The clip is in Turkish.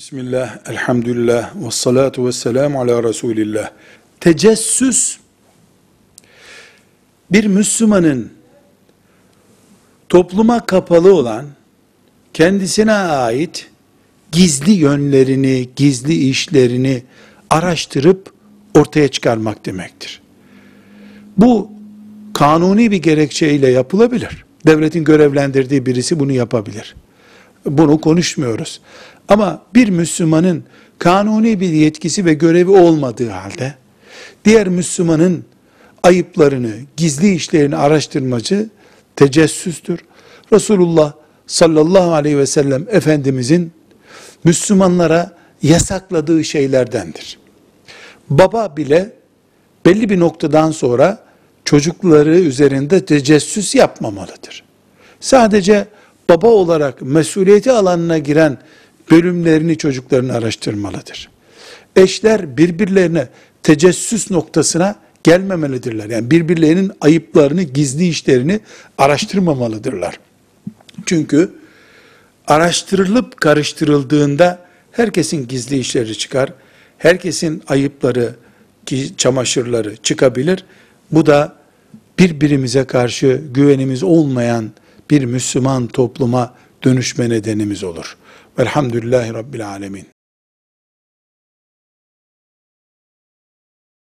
Bismillah, elhamdülillah, ve salatu ve selamu ala Resulillah. Tecessüs, bir Müslümanın topluma kapalı olan, kendisine ait gizli yönlerini, gizli işlerini araştırıp ortaya çıkarmak demektir. Bu kanuni bir gerekçeyle yapılabilir. Devletin görevlendirdiği birisi bunu yapabilir. Bunu konuşmuyoruz. Ama bir Müslümanın kanuni bir yetkisi ve görevi olmadığı halde, diğer Müslümanın ayıplarını, gizli işlerini araştırmacı tecessüstür. Resulullah sallallahu aleyhi ve sellem Efendimizin Müslümanlara yasakladığı şeylerdendir. Baba bile belli bir noktadan sonra çocukları üzerinde tecessüs yapmamalıdır. Sadece baba olarak mesuliyeti alanına giren bölümlerini çocuklarını araştırmalıdır. Eşler birbirlerine tecessüs noktasına gelmemelidirler. Yani birbirlerinin ayıplarını, gizli işlerini araştırmamalıdırlar. Çünkü araştırılıp karıştırıldığında herkesin gizli işleri çıkar. Herkesin ayıpları, çamaşırları çıkabilir. Bu da birbirimize karşı güvenimiz olmayan bir Müslüman topluma dönüşme nedenimiz olur. Velhamdülillahi Rabbil Alemin.